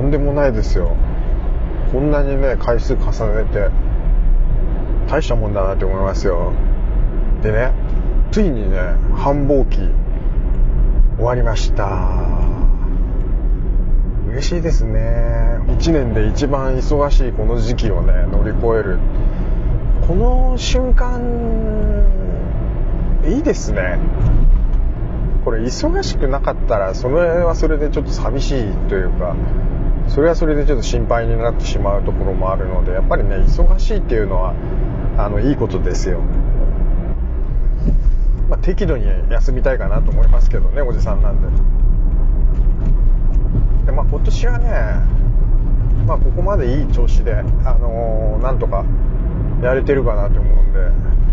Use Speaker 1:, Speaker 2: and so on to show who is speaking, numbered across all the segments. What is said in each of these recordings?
Speaker 1: んでもないですよ。こんなにね回数重ねて大したもんだなって思いますよ。でね、ついにね繁忙期終わりました。嬉しいですね。1年で一番忙しいこの時期をね乗り越えるこの瞬間いいですね。これ忙しくなかったらそれはそれでちょっと寂しいというか、それはそれでちょっと心配になってしまうところもあるので、やっぱりね忙しいっていうのはいいことですよ。適度に休みたいかなと思いますけどね、おじさんなんで。で今年はねここまでいい調子でなんとかやれてるかなと思うんで、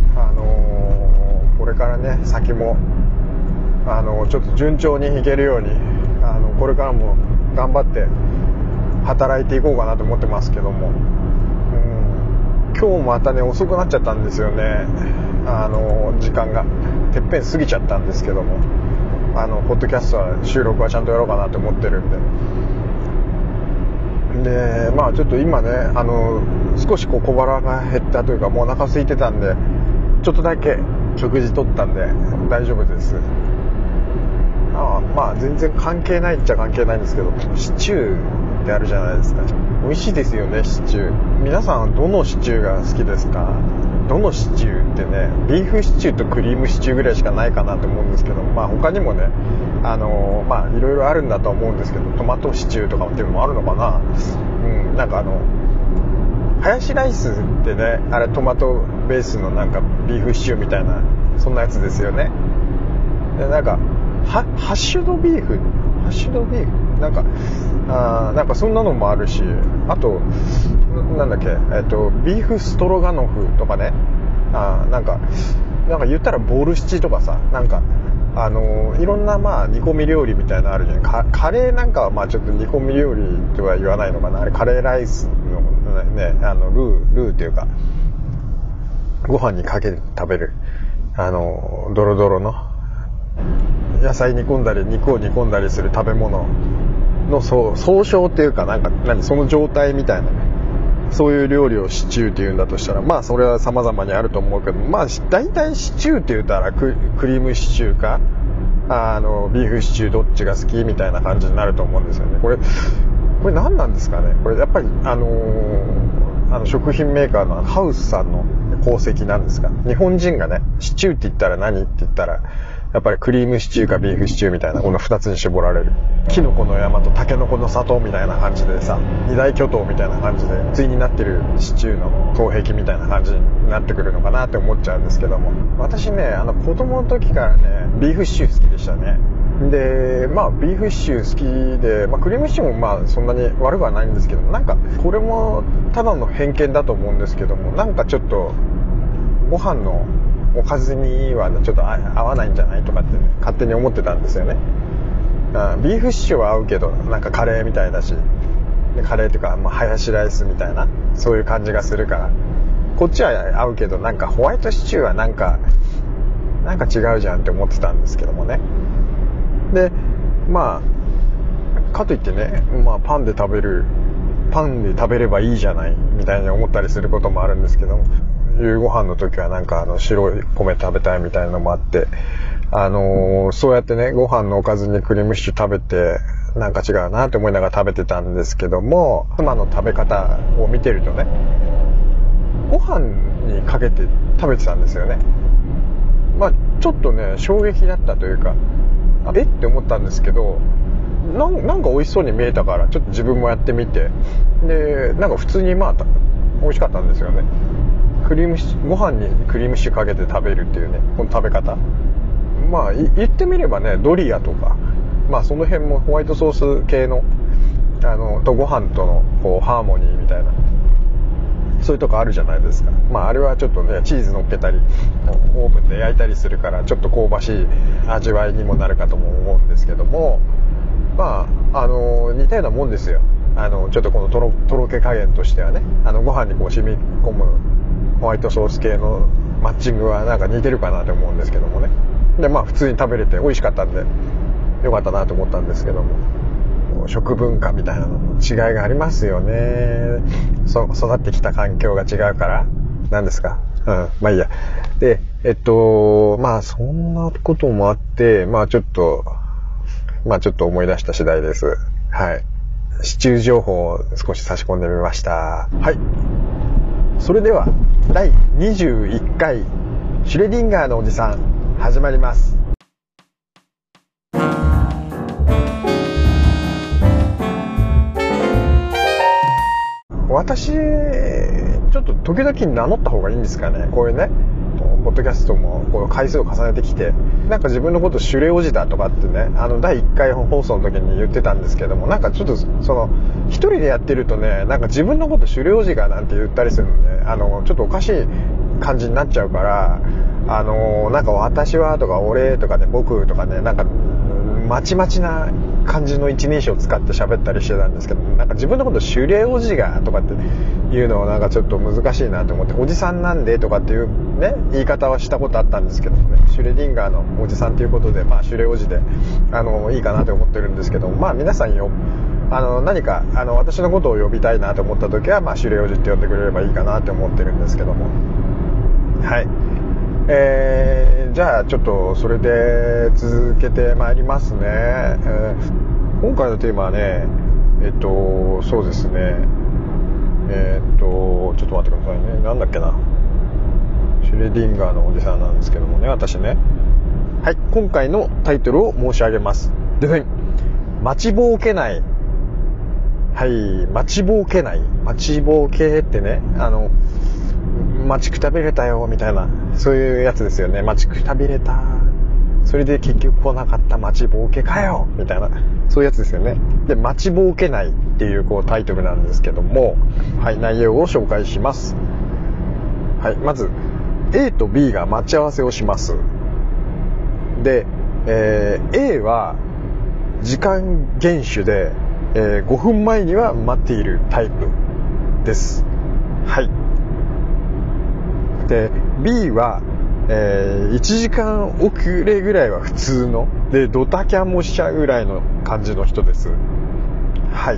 Speaker 1: これからね先もちょっと順調にいけるようにこれからも頑張って働いていこうかなと思ってますけども、今日またね遅くなっちゃったんですよね。時間がてっぺん過ぎちゃったんですけども、ポッドキャストは収録はちゃんとやろうかなと思ってるんで、ちょっと今ね少し小腹が減ったというかもうお腹空いてたんでちょっとだけ食事取ったんで大丈夫です。全然関係ないっちゃ関係ないんですけど、シチューってあるじゃないですか。美味しいですよね、シチュー。皆さんどのシチューが好きですか？どのシチューってね、ビーフシチューとクリームシチューぐらいしかないかなと思うんですけど、他にもねいろいろあるんだと思うんですけど、トマトシチューとかっていうのもあるのかな。ハヤシライスってね、あれトマトベースのなんかビーフシチューみたいなそんなやつですよね。でハッシュドビーフなんかそんなのもあるし、あとなんだっけビーフストロガノフとかね、なんか言ったらボールシチとかさ、いろんな煮込み料理みたいなのあるじゃん。カレーなんかはちょっと煮込み料理とは言わないのかな。あれカレーライスのねルーっていうかご飯にかけて食べるドロドロの野菜煮込んだり肉を煮込んだりする食べ物の総称っていうかその状態みたいなね、そういう料理をシチューって言うんだとしたらそれは様々にあると思うけど、大体シチューって言ったらクリームシチューかビーフシチューどっちが好きみたいな感じになると思うんですよね。これ何なんですかね。これやっぱり食品メーカーのハウスさんの功績なんですか。日本人がねシチューって言ったら何って言ったらやっぱりクリームシチューかビーフシチューみたいなこの2つに絞られる。キノコの山とタケノコの里みたいな感じでさ、二大巨頭みたいな感じで対になってるシチューの頭壁みたいな感じになってくるのかなって思っちゃうんですけども、私ね子供の時からねビーフシチュー好きでしたね。でビーフシチュー好きで、クリームシチューもそんなに悪くはないんですけど、これもただの偏見だと思うんですけども、ちょっとご飯のおかずにはちょっと合わないんじゃないとかってね勝手に思ってたんですよね。ビーフシチューは合うけどカレーみたいだし、カレーっていうかハヤシライスみたいなそういう感じがするから、こっちは合うけどホワイトシチューはなんか違うじゃんって思ってたんですけどもね。でかといってねパンで食べればいいじゃないみたいに思ったりすることもあるんですけども、夕ご飯の時は白い米食べたいみたいなのもあって、そうやってねご飯のおかずにクリームシチュー食べて違うなって思いながら食べてたんですけども、妻の食べ方を見てるとねご飯にかけて食べてたんですよね。ちょっとね衝撃だったというかって思ったんですけど、なんか美味しそうに見えたからちょっと自分もやってみて、で普通に美味しかったんですよね。ご飯にクリームシチューかけて食べるっていうねこの食べ方、言ってみればねドリアとかその辺もホワイトソース系のとご飯とのハーモニーみたいなそういうとこあるじゃないですか。あれはちょっとねチーズ乗っけたりオーブンで焼いたりするからちょっと香ばしい味わいにもなるかとも思うんですけども、似たようなもんですよ。ちょっとこのとろけ加減としてはねご飯に染み込むホワイトソース系のマッチングは似てるかなと思うんですけどもね。で普通に食べれて美味しかったんでよかったなと思ったんですけども、 食文化みたいなのの違いがありますよね。育ってきた環境が違うからなんですか。まあいいや。でまあそんなこともあって、まあちょっと思い出した次第です。はい。シチュー情報を少し差し込んでみました。はい。それでは第21回シュレディンガーのおじさん始まります。私ちょっと時々名乗った方がいいんですかね。こういうねポッドキャストもこう回数を重ねてきて、なんか自分のことシュレおじだとかってね、第1回放送の時に言ってたんですけども、なんかちょっと一人でやってるとね、なんか自分のことシュレおじがなんて言ったりするのね、ちょっとおかしい感じになっちゃうから、なんか私はとか俺とかね、僕とかね、なんかまちまちな感じの一人称を使って喋ったりしてたんですけど、なんか自分のことシュレおじがとかっていうのをなんかちょっと難しいなと思って、おじさんなんでとかっていうね言い方はしたことあったんですけどね、シュレディンガーのおじさんということで、まあシュレおじでいいかなと思ってるんですけど、まあ皆さん何か私のことを呼びたいなと思った時は、まあシュレおじって呼んでくれればいいかなと思ってるんですけども、はい。じゃあちょっとそれで続けてまいりますね。今回のテーマはね、そうですね、ちょっと待ってくださいね。なんだっけな、シュレディンガーのおじさんなんですけどもね、私ね。はい、今回のタイトルを申し上げます。でね、待ちぼうけない。はい、待ちぼうけない。待ちぼうけってね、待ちくたびれたよみたいな、そういうやつですよね。待ちくたびれた、それで結局来なかった待ちぼうけかよみたいな、そういうやつですよね。で、待ちぼうけないっていうタイトルなんですけども、はい、内容を紹介します。はい、まず A と B が待ち合わせをします。で、A は時間厳守で、5分前には待っているタイプです。はい。で B は、1時間遅れぐらいは普通ので、ドタキャンもしちゃうぐらいの感じの人です。はい。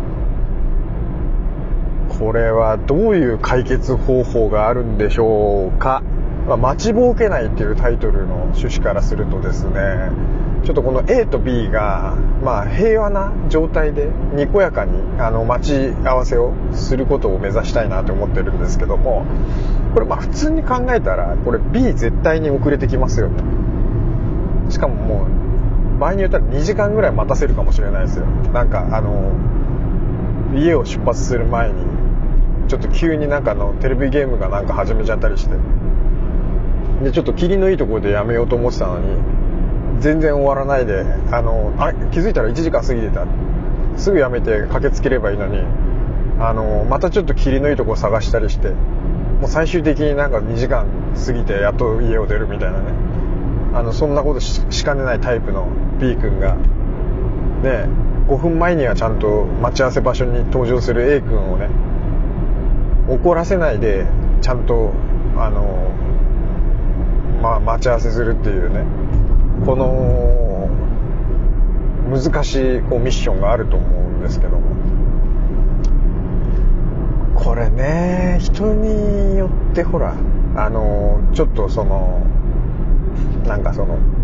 Speaker 1: これはどういう解決方法があるんでしょうか。待ちぼうけないっていうタイトルの趣旨からするとですね、ちょっとこの A と B が、平和な状態でにこやかに待ち合わせをすることを目指したいなと思ってるんですけども、これ普通に考えたらこれ B 絶対に遅れてきますよね。しかももう場合によったら2時間ぐらい待たせるかもしれないですよ。なんか家を出発する前にちょっと急になんかテレビゲームがなんか始めちゃったりして、でちょっと霧のいいところでやめようと思ってたのに全然終わらないで、あれ気づいたら1時間過ぎてた、すぐやめて駆けつければいいのに、またちょっと霧のいいところ探したりして、もう最終的になんか2時間過ぎてやっと家を出るみたいなね、そんなこと しかねないタイプの B 君がね、5分前にはちゃんと待ち合わせ場所に登場する A 君をね怒らせないでちゃんと待ち合わせするっていうね、この難しいミッションがあると思うんですけども、これね、人によってほらちょっとなんか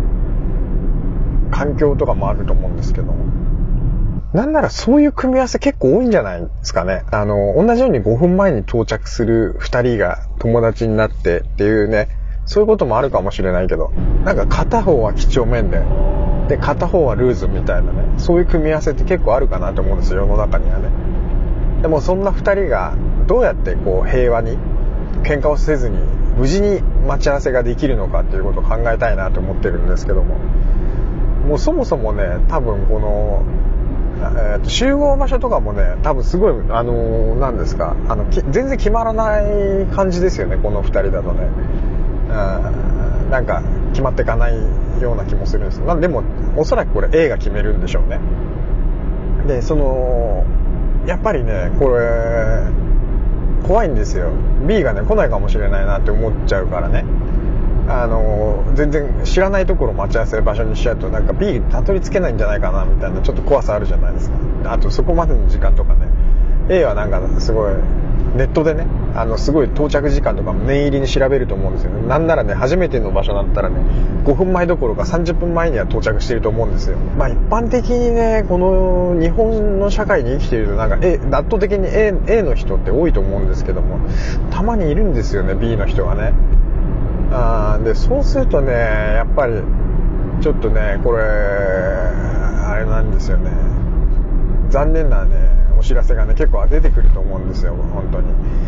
Speaker 1: 環境とかもあると思うんですけど、なんならそういう組み合わせ結構多いんじゃないですかね。同じように5分前に到着する2人が友達になってっていうね、そういうこともあるかもしれないけど、なんか片方は几帳面で片方はルーズみたいなね、そういう組み合わせって結構あるかなと思うんですよ、世の中にはね。でもそんな2人がどうやって平和に喧嘩をせずに無事に待ち合わせができるのかっていうことを考えたいなと思ってるんですけども、もうそもそもね、多分この集合場所とかもね、多分すごい何ですか、全然決まらない感じですよね、この2人だとね。なんか決まっていかないような気もするんです。でもおそらくこれ A が決めるんでしょうね。でやっぱりね、これ怖いんですよ。 B がね来ないかもしれないなって思っちゃうからね。 全然知らないところ待ち合わせる場所にしちゃうとなんか B たどり着けないんじゃないかなみたいなちょっと怖さあるじゃないですか。あとそこまでの時間とかね、 A はなんかすごいネットでねすごい到着時間とかも念入りに調べると思うんですよね。なんならね初めての場所だったらね5分前どころか30分前には到着していると思うんですよ。まあ一般的にねこの日本の社会に生きているとなんか圧倒的に A の人って多いと思うんですけども、たまにいるんですよね B の人がね。でそうするとねやっぱりちょっとねこれあれなんですよね、残念なねお知らせがね結構出てくると思うんですよ本当に。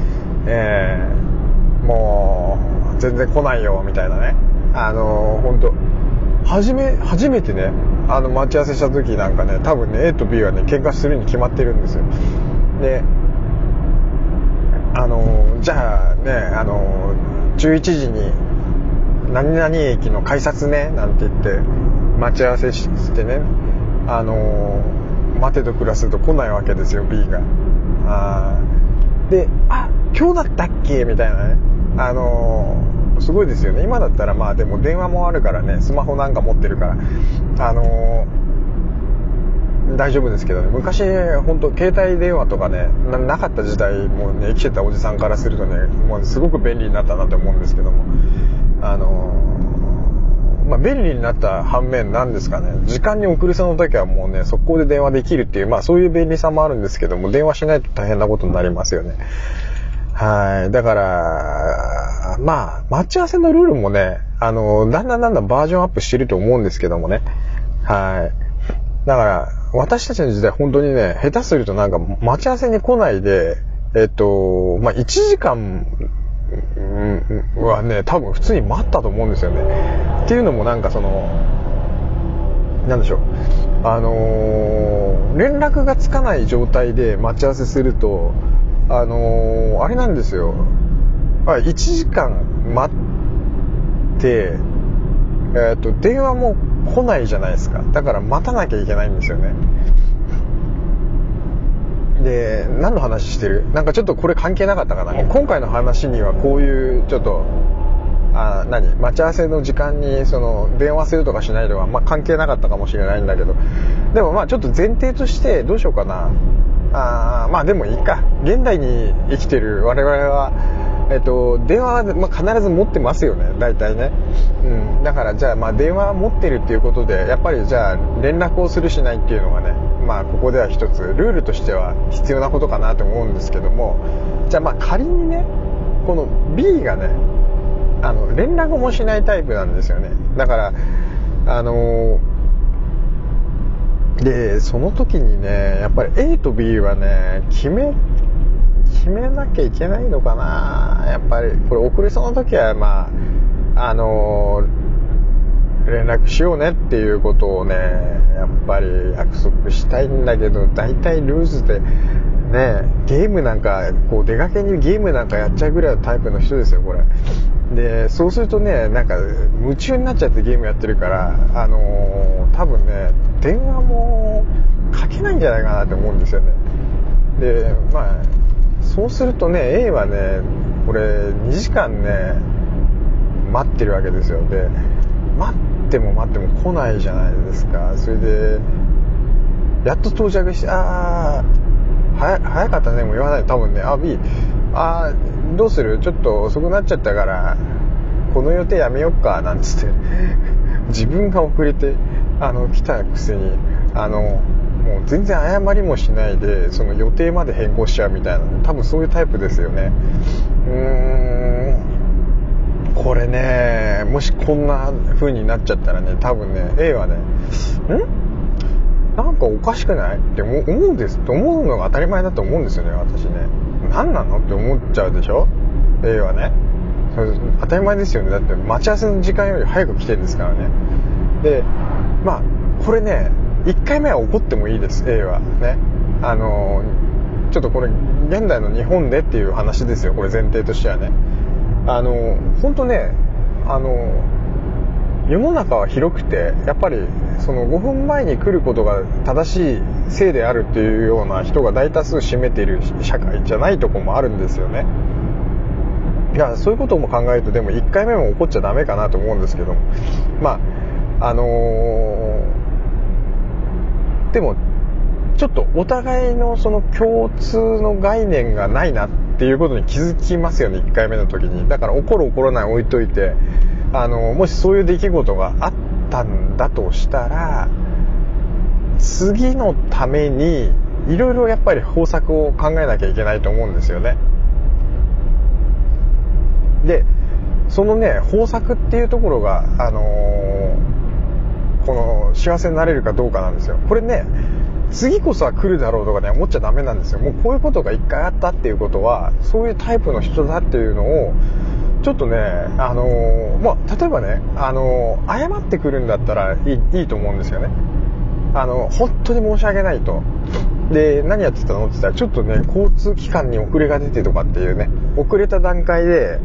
Speaker 1: もう全然来ないよみたいなね、本当初めてね待ち合わせした時なんかね多分ね A と B はね喧嘩するに決まってるんですよ。でじゃあね11時に何々駅の改札ねなんて言って待ち合わせしてね待てど暮らすと来ないわけですよ B が。で今日だったっけみたいなねすごいですよね。今だったらまあでも電話もあるからねスマホなんか持ってるから大丈夫ですけどね、昔本当携帯電話とかね なかった時代もね生きてたおじさんからするとねもうすごく便利になったなと思うんですけども、便利になった反面なんですかね、時間に遅れそうな時はもうね速攻で電話できるっていうそういう便利さもあるんですけども、電話しないと大変なことになりますよね。はい。だから待ち合わせのルールもねだんだんバージョンアップしてると思うんですけどもね。はい。だから私たちの時代本当にね下手するとなんか待ち合わせに来ないで1時間はね多分普通に待ったと思うんですよね。っていうのもなんかなんでしょう連絡がつかない状態で待ち合わせするとあれなんですよ、1時間待って電話も来ないじゃないですか。だから待たなきゃいけないんですよね。で何の話してるなんかちょっとこれ関係なかったかな。今回の話にはこういうちょっと待ち合わせの時間に電話するとかしないとは関係なかったかもしれないんだけど、でもちょっと前提としてどうしようかな。でもいいか、現代に生きてる我々は電話は必ず持ってますよね大体ね。だからじゃあ電話持ってるっていうことでやっぱりじゃあ連絡をするしないっていうのがねここでは一つルールとしては必要なことかなと思うんですけども、じゃあ仮にねこの B がね連絡もしないタイプなんですよね。だからでその時にねやっぱり A と B はね決めなきゃいけないのかな。やっぱりこれ遅れそうな時は連絡しようねっていうことをねやっぱり約束したいんだけど、大体ルーズでねゲームなんか出かけにゲームなんかやっちゃうぐらいのタイプの人ですよこれ。でそうするとねなんか夢中になっちゃってゲームやってるから多分ね電話もかけないんじゃないかなと思うんですよね。でそうするとね A はねこれ2時間ね待ってるわけですよ。で待っても来ないじゃないですか。それでやっと到着して早かったねも言わない多分ねB どうするちょっと遅くなっちゃったからこの予定やめよっかなんつって自分が遅れて来たくせにもう全然謝りもしないでその予定まで変更しちゃうみたいな、多分そういうタイプですよね。これねもしこんな風になっちゃったらね多分ね A はねなんかおかしくないって思うのが当たり前だと思うんですよね私ね。何なのって思っちゃうでしょ A はね。当たり前ですよね。だって待ち合わせの時間より早く来てるんですからね。でこれね1回目は怒ってもいいです A はね。ちょっとこれ現代の日本でっていう話ですよこれ前提としてはね。本当ね世の中は広くてやっぱりその5分前に来ることが正しいせいであるっていうような人が大多数占めている社会じゃないとこもあるんですよね。 いや、そういうことも考えると、でも1回目も怒っちゃダメかなと思うんですけども、まあでもちょっとお互いのその共通の概念がないなっていうことに気づきますよね、1回目の時に。だから怒る怒らない置いといて、もしそういう出来事があったんだとしたら、次のためにいろいろやっぱり方策を考えなきゃいけないと思うんですよね。でそのね、方策っていうところが、この幸せになれるかどうかなんですよ。これね、次こそは来るだろうとかね、思っちゃダメなんですよ。もうこういうことが一回あったっていうことは、そういうタイプの人だっていうのをちょっとね、例えばね、謝ってくるんだったらいいと思うんですよね。本当に申し訳ないと。で、何やってたのって言ったら、ちょっとね、交通機関に遅れが出てとかっていうね、遅れた段階で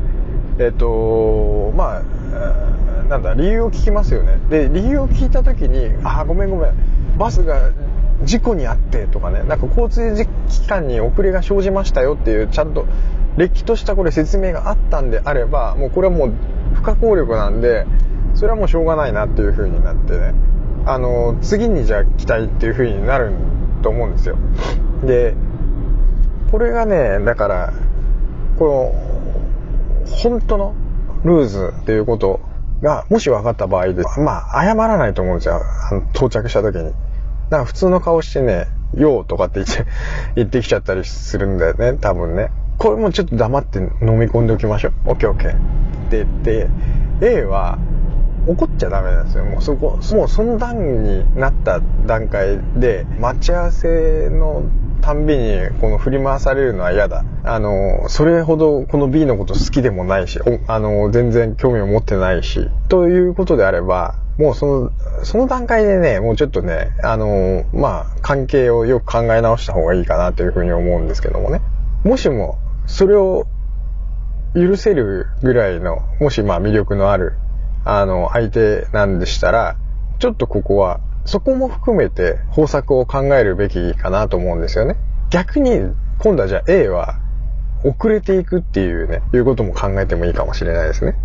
Speaker 1: 理由を聞きますよね。で、理由を聞いた時に、ごめんバスが事故にあってとかね、なんか交通機関に遅れが生じましたよっていう、ちゃんとれっきとしたこれ説明があったんであれば、もうこれはもう不可抗力なんで、それはもうしょうがないなっていう風になってね、次にじゃあ来たいっていう風になると思うんですよ。で、これがね、だからこの本当のルーズっていうことがもし分かった場合で、謝らないと思うんですよ。到着した時に。だから普通の顔してね、よーとかって言ってきちゃったりするんだよね、多分ね。これもちょっと黙って飲み込んでおきましょう。オッケーオッケーって言って、A は怒っちゃダメなんですよ。もうその段になった段階で、待ち合わせのたんびにこの振り回されるのは嫌だ。それほどこの B のこと好きでもないし、全然興味を持ってないし、ということであれば、もうその段階でね、もうちょっとね、関係をよく考え直した方がいいかなというふうに思うんですけどもね。もしもそれを許せるぐらいの、もし魅力のある相手なんでしたら、ちょっとここはそこも含めて方策を考えるべきかなと思うんですよね。逆に今度はじゃあ A は遅れていくっていうことも考えてもいいかもしれないですね。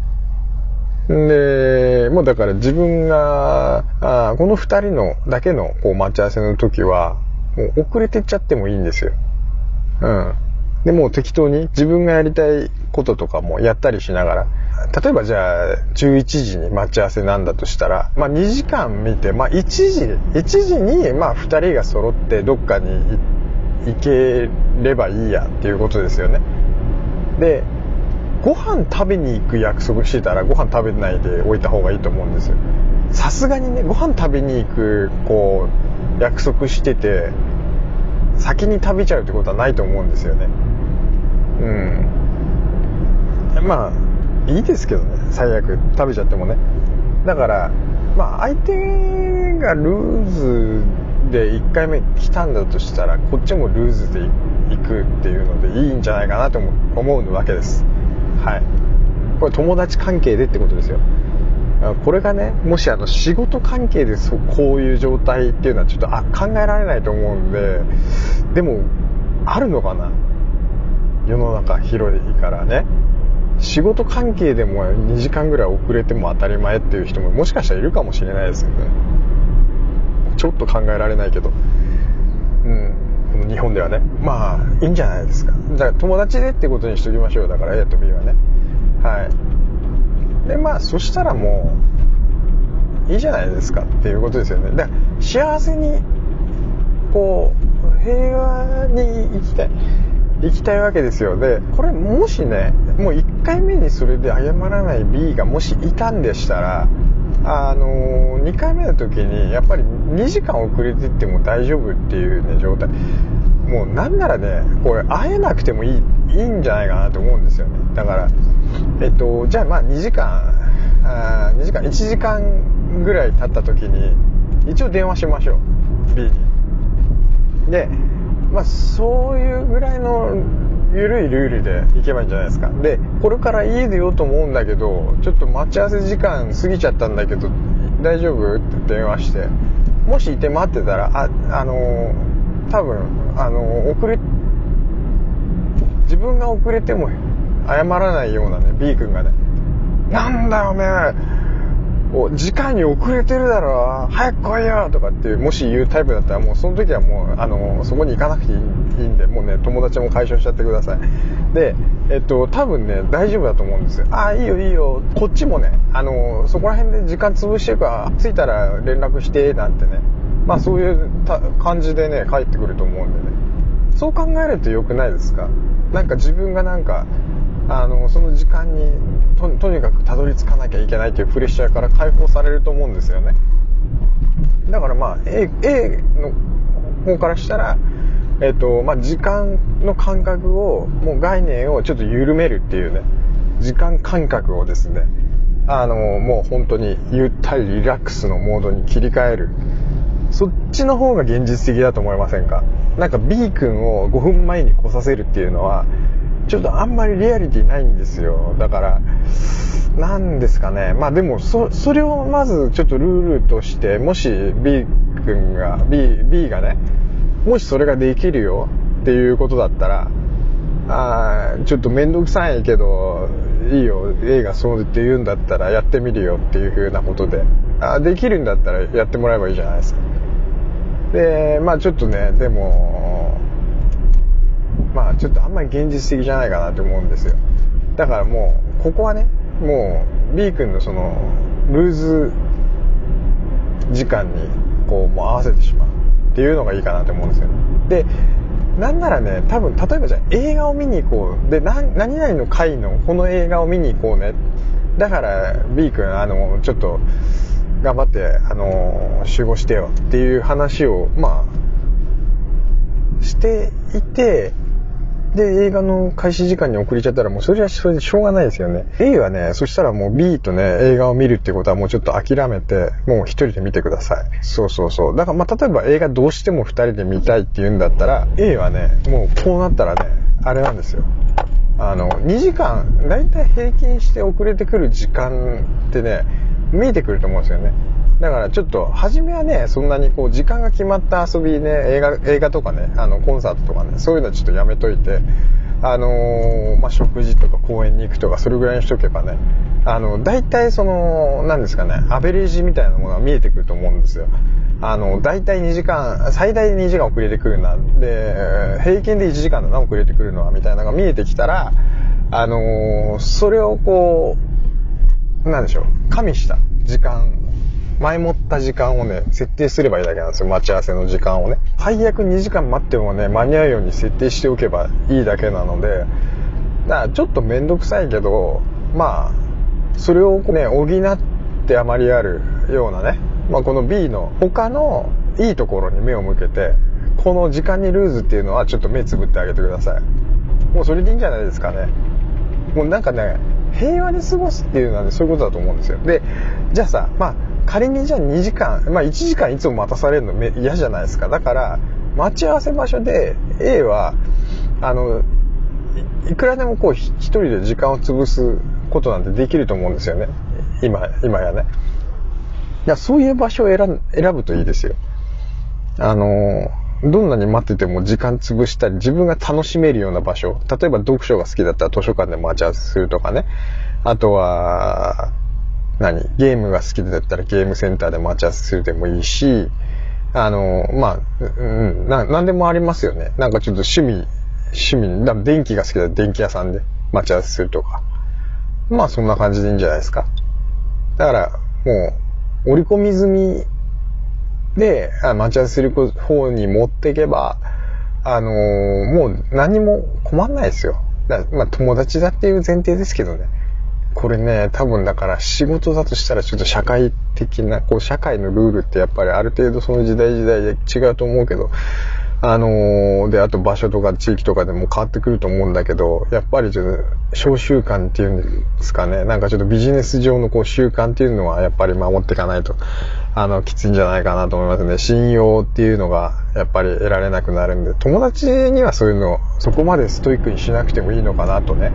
Speaker 1: で、もうだから自分がこの2人のだけの待ち合わせの時はもう遅れていっちゃってもいいんですよ。でもう適当に自分がやりたいこととかもやったりしながら、例えばじゃあ11時に待ち合わせなんだとしたら、2時間見て、1時に2人が揃ってどっかに行ければいいやっていうことですよね。で、ご飯食べに行く約束してたらご飯食べないでおいた方がいいと思うんですよ。さすがにね、ご飯食べに行く約束してて先に食べちゃうってことはないと思うんですよね。いいですけどね、最悪食べちゃってもね。だから相手がルーズで1回目来たんだとしたら、こっちもルーズで行くっていうのでいいんじゃないかなと思うわけです。はい。これ友達関係でってことですよ。これがね、もし仕事関係でこういう状態っていうのはちょっと考えられないと思うんで、でもあるのかな、世の中広いからね。仕事関係でも2時間ぐらい遅れても当たり前っていう人ももしかしたらいるかもしれないですよね。ちょっと考えられないけど、この日本ではね、いいんじゃないですか。だから友達でってことにしときましょう。だから A と B はね。はい。でそしたらもういいじゃないですかっていうことですよね。だから幸せに平和に行きたいわけですよ。で、これもしね、もう1回目にそれで謝らない B がもしいたんでしたら、2回目の時にやっぱり2時間遅れていっても大丈夫っていうね、状態。もうなんならね、これ会えなくてもいいんじゃないかなと思うんですよね。だからじゃあ1時間ぐらい経った時に一応電話しましょう、 B に。でそういうぐらいの緩いルールで行けばいいんじゃないですか。で、これから家出ようと思うんだけど、ちょっと待ち合わせ時間過ぎちゃったんだけど大丈夫って電話して、もしいて待ってたら多分自分が遅れても謝らないようなね B 君がね、なんだよおめえ時間に遅れてるだろ早く来いよとかっていうもし言うタイプだったらもうその時はもうそこに行かなくていいんでもうね友達も解消しちゃってください。で多分ね大丈夫だと思うんですよ。いいよいいよこっちもねそこら辺で時間潰してるから着いたら連絡してなんてねそういう感じでね帰ってくると思うんでねそう考えると良くないですか。なんか自分がなんかその時間にとにかくたどり着かなきゃいけないというプレッシャーから解放されると思うんですよね。だからA の方からしたら時間の感覚をもう概念をちょっと緩めるっていうね時間感覚をですねもう本当にゆったりリラックスのモードに切り替えるそっちの方が現実的だと思いませんか。なんか B 君を5分前に来させるっていうのはちょっとあんまりリアリティないんですよ。だからなんですかねでもそれをまずちょっとルールとしてもし B 君が B がねもしそれができるよっていうことだったらちょっと面倒くさいけどいいよ A がそうって言うんだったらやってみるよっていう風なことでできるんだったらやってもらえばいいじゃないですか。でちょっとねでもちょっとあんまり現実的じゃないかなと思うんですよ。だからもうここはねもう B 君のそのルーズ時間にこうもう合わせてしまうっていうのがいいかなと思うんですよ。でなんならね多分例えばじゃあ映画を見に行こうで何々の回のこの映画を見に行こうねだから B 君ちょっと頑張って集合してよっていう話をしていてで映画の開始時間に遅れちゃったらもうそれはそれでしょうがないですよね。 A はねそしたらもう B とね映画を見るってことはもうちょっと諦めてもう一人で見てください。そうだから例えば映画どうしても二人で見たいって言うんだったら A はねもうこうなったらねあれなんですよ2時間だいたい平均して遅れてくる時間ってね見えてくると思うんですよね。だからちょっと初めはねそんなにこう時間が決まった遊びね映画とかねコンサートとかねそういうのはちょっとやめといて食事とか公園に行くとかそれぐらいにしとけばねだいたいその何ですかねアベレージみたいなものが見えてくると思うんですよ。だいたい2時間最大2時間遅れてくるなで平均で1時間だな遅れてくるのはみたいなのが見えてきたらそれをこうなんでしょう加味した時間前もった時間をね設定すればいいだけなんですよ。待ち合わせの時間をね最悪2時間待ってもね間に合うように設定しておけばいいだけなのでだからちょっとめんどくさいけどそれをね補ってあまりあるようなねこの B の他のいいところに目を向けてこの時間にルーズっていうのはちょっと目つぶってあげてください。もうそれでいいんじゃないですかね。もうなんかね平和に過ごすっていうのはねそういうことだと思うんですよ。でじゃあさ仮にじゃあ2時間1時間いつも待たされるの嫌じゃないですか。だから待ち合わせ場所で A はいくらでもこう一人で時間を潰すことなんてできると思うんですよね。今やねそういう場所を選ぶといいですよ。どんなに待ってても時間潰したり自分が楽しめるような場所例えば読書が好きだったら図書館で待ち合わせするとかねあとはゲームが好きだったらゲームセンターで待ち合わせするでもいいし何でもありますよね。なんかちょっと趣味電気が好きだったら電気屋さんで待ち合わせするとかそんな感じでいいんじゃないですか。だからもう織り込み済みで待ち合わせする方に持っていけばもう何も困んないですよ。友達だっていう前提ですけどねこれね多分だから仕事だとしたらちょっと社会的な社会のルールってやっぱりある程度その時代で違うと思うけどであと場所とか地域とかでも変わってくると思うんだけどやっぱりちょっと小習慣っていうんですかねなんかちょっとビジネス上の習慣っていうのはやっぱり守っていかないときついんじゃないかなと思いますね。信用っていうのがやっぱり得られなくなるんで友達にはそういうのそこまでストイックにしなくてもいいのかなとね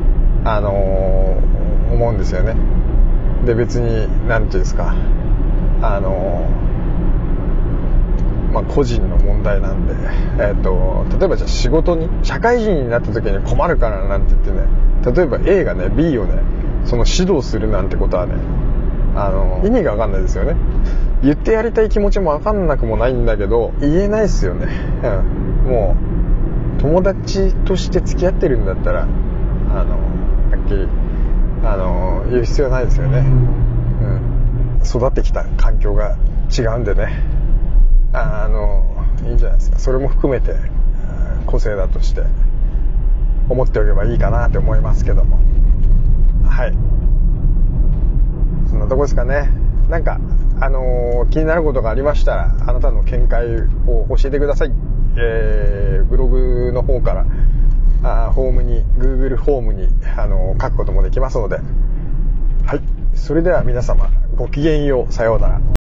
Speaker 1: 思うんですよね。で別に何ていうんですか個人の問題なんで、例えばじゃあ仕事に社会人になった時に困るからなんて言ってね、例えば A がね B をねその指導するなんてことはね意味が分かんないですよね。言ってやりたい気持ちも分かんなくもないんだけど言えないですよね、もう友達として付き合ってるんだったらはっきり言う必要ないですよね、育ってきた環境が違うんでねいいんじゃないですか。それも含めて個性だとして思っておけばいいかなって思いますけども、はい、そんなとこですかね。なんか気になることがありましたらあなたの見解を教えてください。ブログの方からホームに Google ホームに書くこともできますので、はい、それでは皆様ごきげんよう、さようなら。